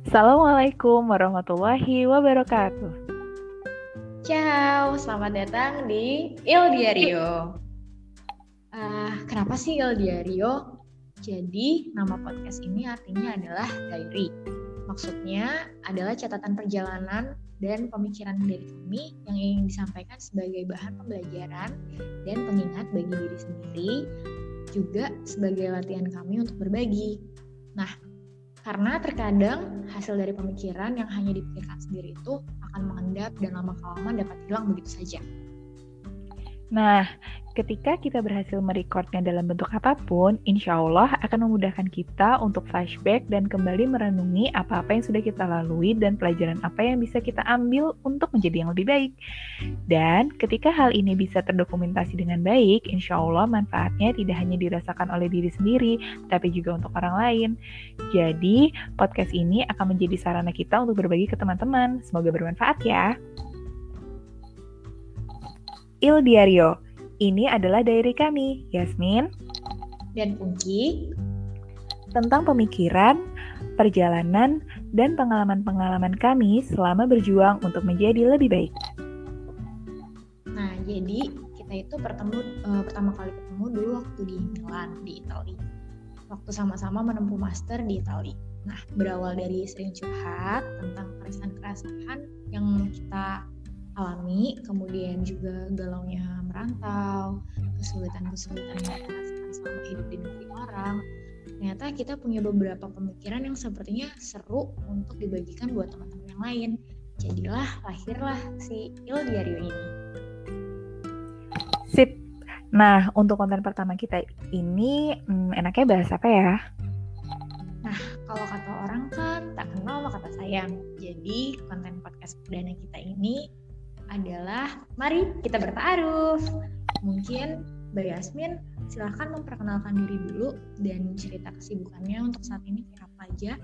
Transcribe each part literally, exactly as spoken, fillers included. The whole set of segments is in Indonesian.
Assalamualaikum warahmatullahi wabarakatuh. Ciao, selamat datang di Il Diario. Uh, kenapa sih Il Diario? Jadi nama podcast ini artinya adalah diary. Maksudnya adalah catatan perjalanan dan pemikiran dari kami yang ingin disampaikan sebagai bahan pembelajaran dan pengingat bagi diri sendiri, juga sebagai latihan kami untuk berbagi. Nah, karena terkadang hasil dari pemikiran yang hanya dipikirkan sendiri itu akan mengendap dan lama-kelamaan dapat hilang begitu saja. Nah, ketika kita berhasil merekodnya dalam bentuk apapun, insya Allah akan memudahkan kita untuk flashback dan kembali merenungi apa-apa yang sudah kita lalui dan pelajaran apa yang bisa kita ambil untuk menjadi yang lebih baik. Dan ketika hal ini bisa terdokumentasi dengan baik, insya Allah manfaatnya tidak hanya dirasakan oleh diri sendiri, tapi juga untuk orang lain. Jadi, podcast ini akan menjadi sarana kita untuk berbagi ke teman-teman. Semoga bermanfaat ya. Il Diario, ini adalah diary kami, Yasmin dan Pungki, tentang pemikiran, perjalanan, dan pengalaman-pengalaman kami selama berjuang untuk menjadi lebih baik. Nah, jadi kita itu pertemu, uh, pertama kali ketemu dulu waktu di Milan, di Italia. Waktu sama-sama menempuh master di Italia. Nah, berawal dari sering curhat tentang keresahan-keresahan yang kita alami, kemudian juga galaunya merantau, kesulitan-kesulitan yang kita rasakan selama hidup di negeri orang. Ternyata kita punya beberapa pemikiran yang sepertinya seru untuk dibagikan buat teman-teman yang lain. Jadilah lahirlah si Il Diario ini. Sip. Nah, untuk konten pertama kita ini hmm, enaknya bahas apa ya? Nah, kalau kata orang kan tak kenal maka tak sayang. Jadi konten podcast perdana kita ini adalah mari kita bertaaruf. Mungkin Mbak Yasmin silahkan memperkenalkan diri dulu dan cerita kesibukannya untuk saat ini apa aja.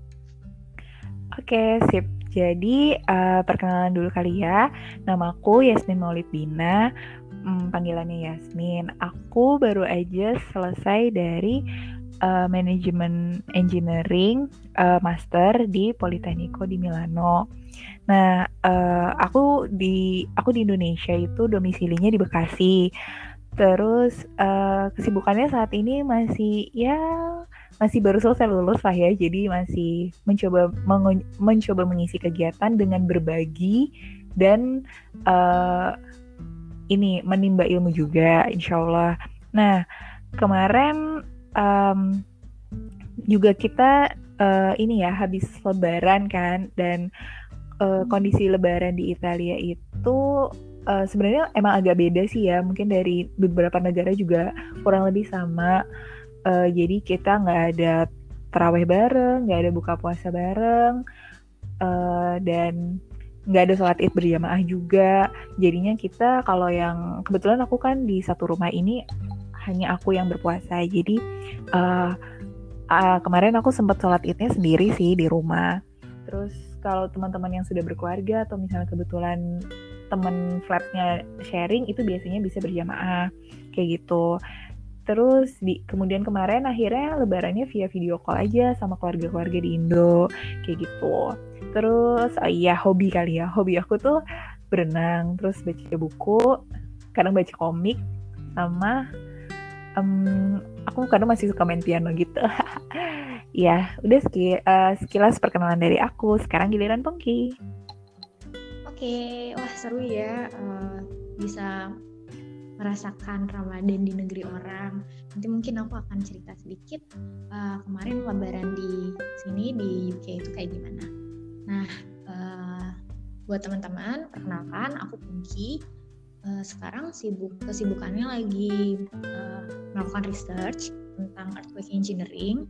Oke, sip. Jadi uh, perkenalan dulu kali ya. Namaku Yasmin Maulid Bina, hmm, panggilannya Yasmin. Aku baru aja selesai dari uh, manajemen engineering uh, master di Politecnico di Milano. Nah, uh, aku di aku di Indonesia itu domisilinya di Bekasi. Terus uh, kesibukannya saat ini masih ya masih baru selesai lulus lah ya. Jadi masih mencoba meng- mencoba mengisi kegiatan dengan berbagi dan uh, ini menimba ilmu juga, insya Allah. Nah, kemarin um, juga kita uh, ini ya habis Lebaran kan, dan Uh, kondisi Lebaran di Italia itu uh, sebenarnya emang agak beda sih ya, mungkin dari beberapa negara juga kurang lebih sama. Uh, jadi kita nggak ada tarawih bareng, nggak ada buka puasa bareng, uh, dan nggak ada sholat id berjamaah juga. Jadinya kita kalau yang kebetulan aku kan di satu rumah ini hanya aku yang berpuasa. Jadi uh, uh, kemarin aku sempat sholat idnya sendiri sih di rumah. Terus kalau teman-teman yang sudah berkeluarga atau misalnya kebetulan teman flatnya sharing, itu biasanya bisa berjamaah kayak gitu. Terus di kemudian kemarin akhirnya lebarannya via video call aja sama keluarga-keluarga di Indo kayak gitu. Terus oh iya, hobi kali ya. Hobi aku tuh berenang, terus baca buku, kadang baca komik, sama um, aku kadang masih suka main piano gitu. Ya, udah sekil, uh, sekilas perkenalan dari aku. Sekarang giliran Pongki. Oke, wah seru ya uh, bisa merasakan Ramadan di negeri orang. Nanti mungkin aku akan cerita sedikit uh, kemarin Lebaran di sini di U K itu kayak gimana. Nah, uh, buat teman-teman, perkenalkan aku Pungki. Uh, sekarang sibuk kesibukannya lagi uh, melakukan research tentang earthquake engineering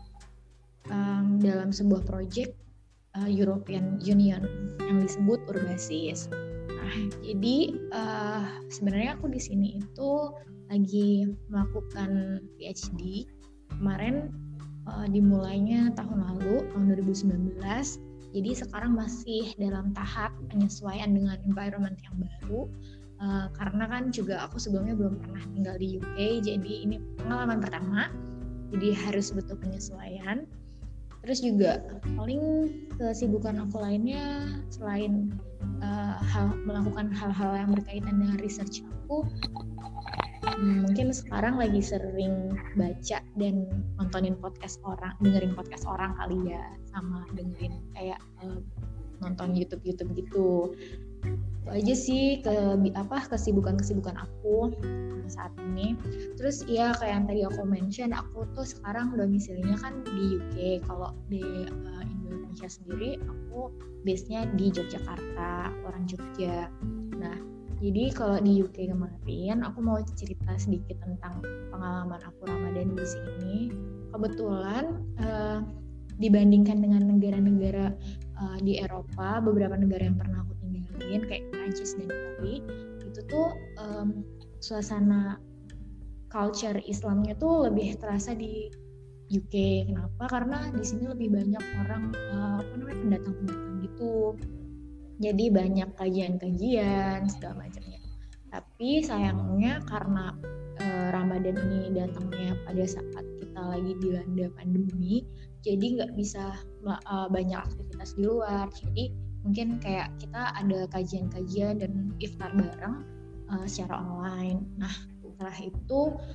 um, dalam sebuah proyek uh, European Union yang disebut Urbasis. Nah, jadi uh, sebenarnya aku di sini itu lagi melakukan PhD. Kemarin uh, dimulainya tahun lalu, tahun dua ribu sembilan belas. Jadi sekarang masih dalam tahap penyesuaian dengan environment yang baru. Uh, karena kan juga aku sebelumnya belum pernah tinggal di U K, jadi ini pengalaman pertama. Jadi harus butuh penyesuaian. Terus juga paling kesibukan aku lainnya selain uh, hal, melakukan hal-hal yang berkaitan dengan research aku, hmm, mungkin sekarang lagi sering baca dan nontonin podcast orang, dengerin podcast orang kali ya, sama dengerin kayak uh, nonton YouTube-YouTube gitu. Itu aja sih ke apa kesibukan-kesibukan aku saat ini. Terus ya kayak yang tadi aku mention, aku tuh sekarang domisilinya kan di U K. Kalau di uh, Indonesia sendiri aku base-nya di Yogyakarta, orang Jogja. Nah, jadi kalau di U K kemarin aku mau cerita sedikit tentang pengalaman aku Ramadan di sini. Kebetulan uh, dibandingkan dengan negara-negara uh, di Eropa, beberapa negara yang pernah aku tinggalin kayak Prancis dan Italia, itu tuh um, suasana culture Islamnya tuh lebih terasa di U K. Kenapa? Karena di sini lebih banyak orang uh, apa namanya pendatang-pendatang gitu. Jadi banyak kajian-kajian segala macamnya. Tapi sayangnya karena uh, Ramadan ini datangnya pada saat kita lagi dilanda pandemi, jadi nggak bisa uh, banyak aktivitas di luar. Jadi mungkin kayak kita ada kajian-kajian dan iftar bareng uh, secara online. Nah, setelah itu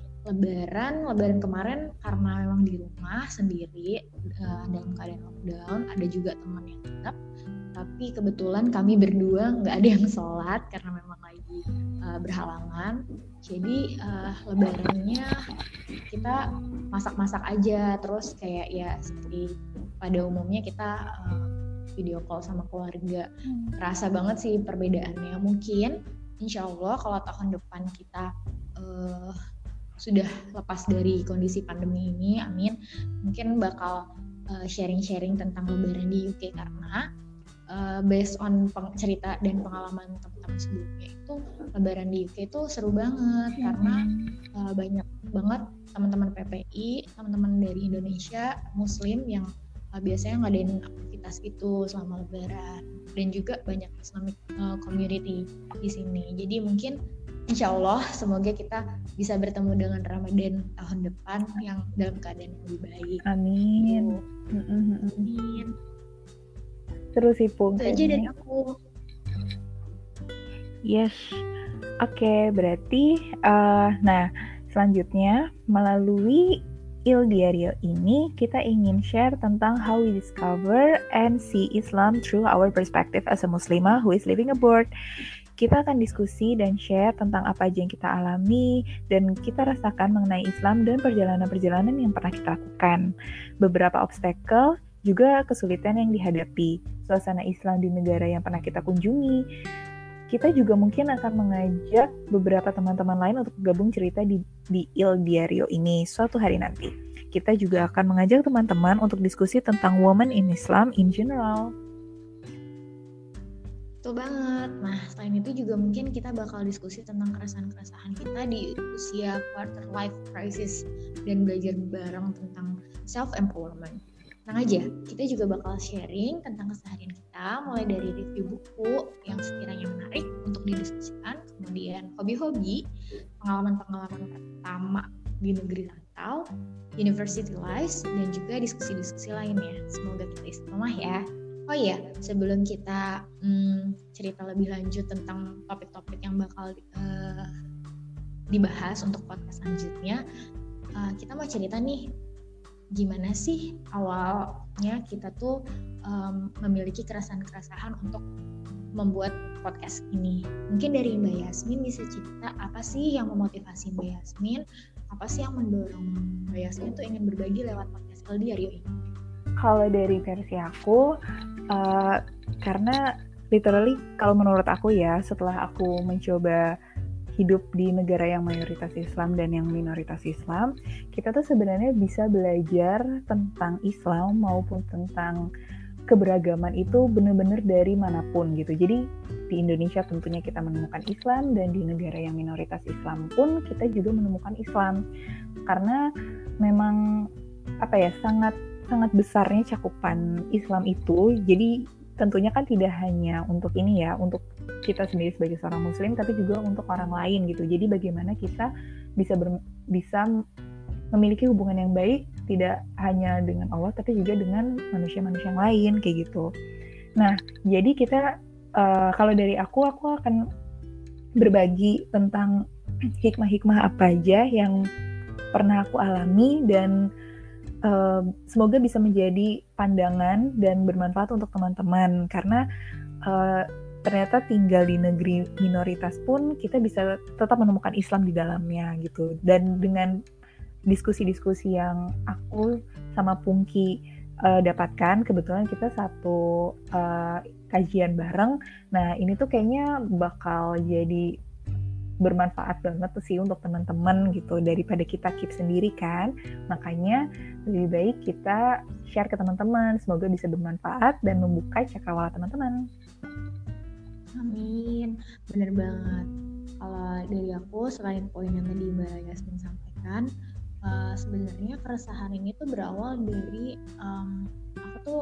Lebaran, Lebaran kemarin karena memang di rumah sendiri uh, dalam keadaan lockdown, ada juga teman yang tetap. Tapi kebetulan kami berdua nggak ada yang sholat karena memang lagi uh, berhalangan. Jadi uh, Lebarannya kita masak-masak aja, terus kayak ya seperti pada umumnya kita uh, video call sama keluarga. Terasa banget sih perbedaannya. Mungkin insya Allah kalau tahun depan kita uh, sudah lepas dari kondisi pandemi ini, amin, mungkin bakal uh, sharing-sharing tentang Lebaran di U K karena uh, based on peng- cerita dan pengalaman teman-teman sebelumnya itu Lebaran di U K itu seru banget hmm. karena uh, banyak banget teman-teman P P I, teman-teman dari Indonesia Muslim yang uh, biasanya ngadain aktivitas itu selama Lebaran, dan juga banyak Islamic uh, community di sini. Jadi mungkin insya Allah semoga kita bisa bertemu dengan Ramadan tahun depan yang dalam keadaan yang lebih baik. Amin. Oh. Amin. Terus sih Pung. Itu aja dari aku. Yes. Oke, okay, berarti uh, nah selanjutnya melalui Il Diario ini kita ingin share tentang how we discover and see Islam through our perspective as a Muslimah who is living abroad. Kita akan diskusi dan share tentang apa aja yang kita alami dan kita rasakan mengenai Islam dan perjalanan-perjalanan yang pernah kita lakukan. Beberapa obstacle, juga kesulitan yang dihadapi, suasana Islam di negara yang pernah kita kunjungi. Kita juga mungkin akan mengajak beberapa teman-teman lain untuk gabung cerita di, di Il Diario ini suatu hari nanti. Kita juga akan mengajak teman-teman untuk diskusi tentang women in Islam in general. Betul banget. Nah, selain itu juga mungkin kita bakal diskusi tentang keresahan-keresahan kita di usia quarter life crisis dan belajar bareng tentang self-empowerment. Tenang aja, kita juga bakal sharing tentang keseharian kita, mulai dari review buku yang sekiranya menarik untuk didiskusikan, kemudian hobi-hobi, pengalaman-pengalaman pertama di negeri rantau, university life, dan juga diskusi-diskusi lainnya. Semoga kita istiqomah ya. Oh iya, sebelum kita hmm, cerita lebih lanjut tentang topik-topik yang bakal uh, dibahas untuk podcast selanjutnya, uh, kita mau cerita nih, gimana sih awalnya kita tuh um, memiliki keresahan-keresahan untuk membuat podcast ini. Mungkin dari Mbak Yasmin bisa cerita apa sih yang memotivasi Mbak Yasmin, apa sih yang mendorong Mbak Yasmin tuh ingin berbagi lewat podcast Il Diario ini? Kalau dari versi aku, uh, karena literally kalau menurut aku ya, setelah aku mencoba hidup di negara yang mayoritas Islam dan yang minoritas Islam, kita tuh sebenarnya bisa belajar tentang Islam maupun tentang keberagaman itu benar-benar dari manapun gitu. Jadi di Indonesia tentunya kita menemukan Islam, dan di negara yang minoritas Islam pun kita juga menemukan Islam. Karena memang apa ya, sangat sangat besarnya cakupan Islam itu. Jadi tentunya kan tidak hanya untuk ini ya, untuk kita sendiri sebagai seorang muslim, tapi juga untuk orang lain gitu. Jadi bagaimana kita bisa ber, bisa memiliki hubungan yang baik tidak hanya dengan Allah tapi juga dengan manusia-manusia yang lain kayak gitu. Nah, jadi kita uh, kalau dari aku aku akan berbagi tentang hikmah-hikmah apa aja yang pernah aku alami dan uh, semoga bisa menjadi pandangan dan bermanfaat untuk teman-teman, karena uh, ternyata tinggal di negeri minoritas pun kita bisa tetap menemukan Islam di dalamnya gitu. Dan dengan diskusi-diskusi yang aku sama Pungki uh, dapatkan, kebetulan kita satu uh, kajian bareng. Nah ini tuh kayaknya bakal jadi bermanfaat banget tuh sih untuk teman-teman gitu, daripada kita keep sendiri kan. Makanya lebih baik kita share ke teman-teman, semoga bisa bermanfaat dan membuka cakrawala teman-teman. Amin, bener banget. Kalau dari aku, selain poin yang tadi Mbak Yasmin sampaikan, uh, sebenarnya keresahan ini tuh berawal dari um, aku tuh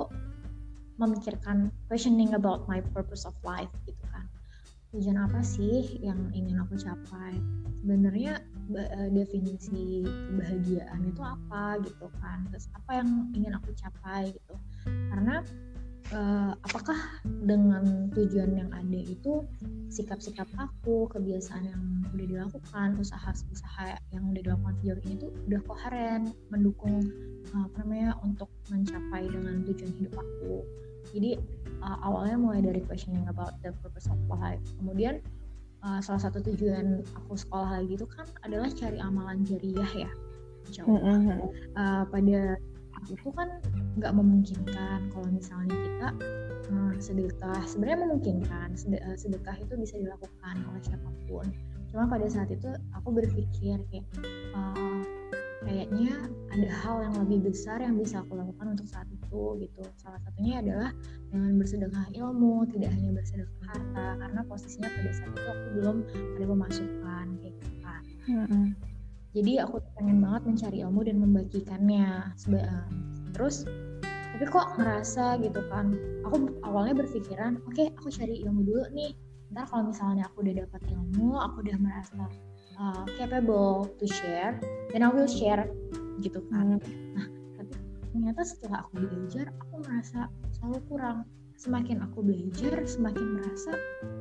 memikirkan questioning about my purpose of life gitu kan. Tujuan apa sih yang ingin aku capai? Sebenarnya uh, definisi kebahagiaan itu apa gitu kan? Terus apa yang ingin aku capai gitu? Karena uh, apakah dengan tujuan yang ada itu sikap-sikap aku, kebiasaan yang udah dilakukan, usaha-usaha yang udah dilakukan sejauh ini tuh udah koheren, mendukung uh, apa namanya untuk mencapai dengan tujuan hidup aku. Jadi uh, awalnya mulai dari questioning about the purpose of life. Kemudian uh, salah satu tujuan aku sekolah lagi itu kan adalah cari amalan jariah ya. Insya Allah. Mm-hmm. Uh, pada itu kan nggak memungkinkan kalau misalnya kita uh, sedekah. Sebenarnya memungkinkan sedekah itu bisa dilakukan oleh siapapun. Cuma pada saat itu aku berpikir kayak uh, kayaknya ada hal yang lebih besar yang bisa aku lakukan untuk saat itu gitu. Salah satunya adalah dengan bersedekah ilmu, tidak hanya bersedekah harta, karena posisinya pada saat itu aku belum ada pemasukan kayak gitu kan. Mm-hmm. Jadi aku pengen banget mencari ilmu dan membagikannya. Seba- Terus tapi kok ngerasa gitu kan, aku awalnya berpikiran oke okay, aku cari ilmu dulu nih, ntar kalau misalnya aku udah dapat ilmu, aku udah merasa Uh, capable to share, then I will share gitu kan. Hmm. Nah, tapi ternyata setelah aku belajar, aku merasa selalu kurang. Semakin aku belajar, semakin merasa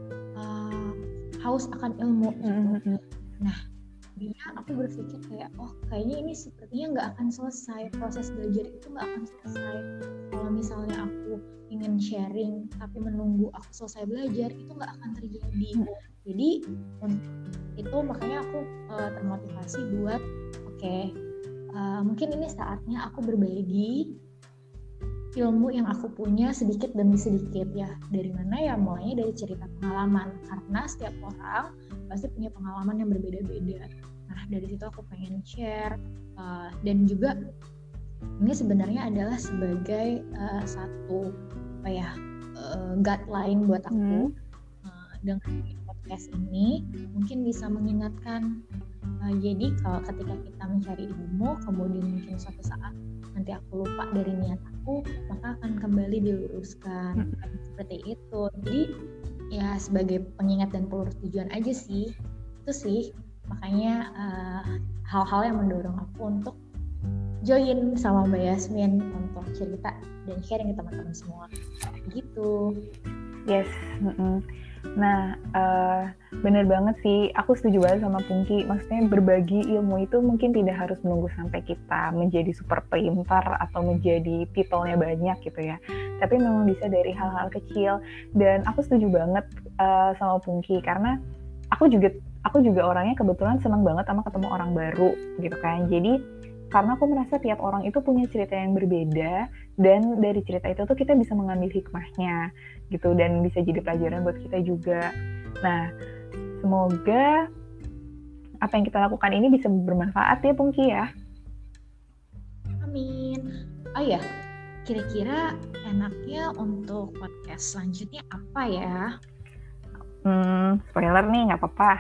uh, haus akan ilmu gitu. Hmm. Nah, jadinya aku berpikir kayak, oh kayaknya ini sepertinya nggak akan selesai, proses belajar itu nggak akan selesai. Kalau misalnya aku ingin sharing, tapi menunggu aku selesai belajar, itu nggak akan terjadi. Hmm. Jadi itu makanya aku uh, termotivasi buat oke okay, uh, mungkin ini saatnya aku berbagi ilmu yang aku punya sedikit demi sedikit ya. Dari mana ya? Mulainya dari cerita pengalaman, karena setiap orang pasti punya pengalaman yang berbeda-beda. Nah dari situ aku pengen share uh, dan juga ini sebenarnya adalah sebagai uh, satu apa ya uh, guideline buat aku. hmm. uh, dengan podcast ini mungkin bisa mengingatkan uh, jadi kalau ketika kita mencari ilmu kemudian mungkin suatu saat nanti aku lupa dari niat aku, maka akan kembali diluruskan. hmm. Seperti itu. Jadi ya sebagai pengingat dan pelurus tujuan aja sih, itu sih makanya uh, hal-hal yang mendorong aku untuk join sama Mbak Yasmin untuk cerita dan sharing ke teman-teman semua gitu. Yes. mm-mm. Nah, uh, bener banget sih, aku setuju banget sama Pungki. Maksudnya berbagi ilmu itu mungkin tidak harus menunggu sampai kita menjadi super pintar atau menjadi people-nya banyak gitu ya. Tapi memang bisa dari hal-hal kecil. Dan aku setuju banget uh, sama Pungki karena aku juga aku juga orangnya kebetulan senang banget sama ketemu orang baru gitu kan. Jadi karena aku merasa tiap orang itu punya cerita yang berbeda dan dari cerita itu tuh kita bisa mengambil hikmahnya gitu dan bisa jadi pelajaran buat kita juga. Nah, semoga apa yang kita lakukan ini bisa bermanfaat ya Pungki ya. Amin. Oh ya, kira-kira enaknya untuk podcast selanjutnya apa ya? Hmm, spoiler nih, nggak apa-apa.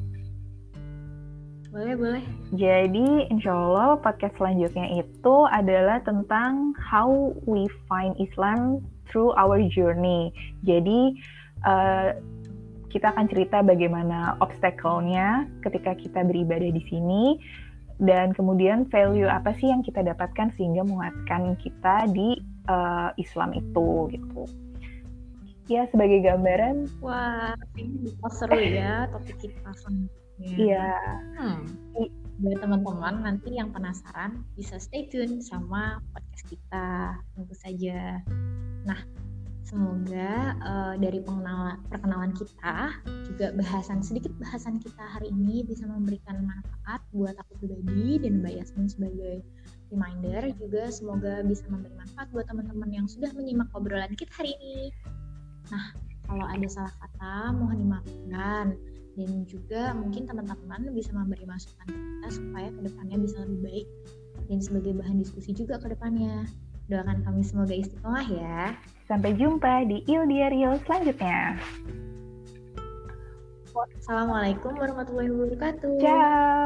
Boleh, boleh. Jadi, insya Allah podcast selanjutnya itu adalah tentang how we find Islam through our journey. Jadi, uh, kita akan cerita bagaimana obstacle-nya ketika kita beribadah di sini, dan kemudian value apa sih yang kita dapatkan sehingga menguatkan kita di uh, Islam itu gitu. Ya, sebagai gambaran. Wah, ini seru ya topik kita selanjutnya. Iya. Hmm. Buat teman-teman nanti yang penasaran bisa stay tune sama podcast kita, tentu saja. Nah, semoga uh, dari pengenalan, perkenalan kita, juga bahasan sedikit bahasan kita hari ini bisa memberikan manfaat buat aku pribadi dan Mbak Yasmin sebagai reminder. Juga semoga bisa memberi manfaat buat teman-teman yang sudah menyimak obrolan kita hari ini. Nah, kalau ada salah kata mohon dimaafkan, dan juga mungkin teman-teman bisa memberi masukan ke kita supaya kedepannya bisa lebih baik dan sebagai bahan diskusi juga ke depannya. Doakan kami semoga istiqomah ya. Sampai jumpa di Il Diario selanjutnya. Assalamualaikum warahmatullahi wabarakatuh. Ciao.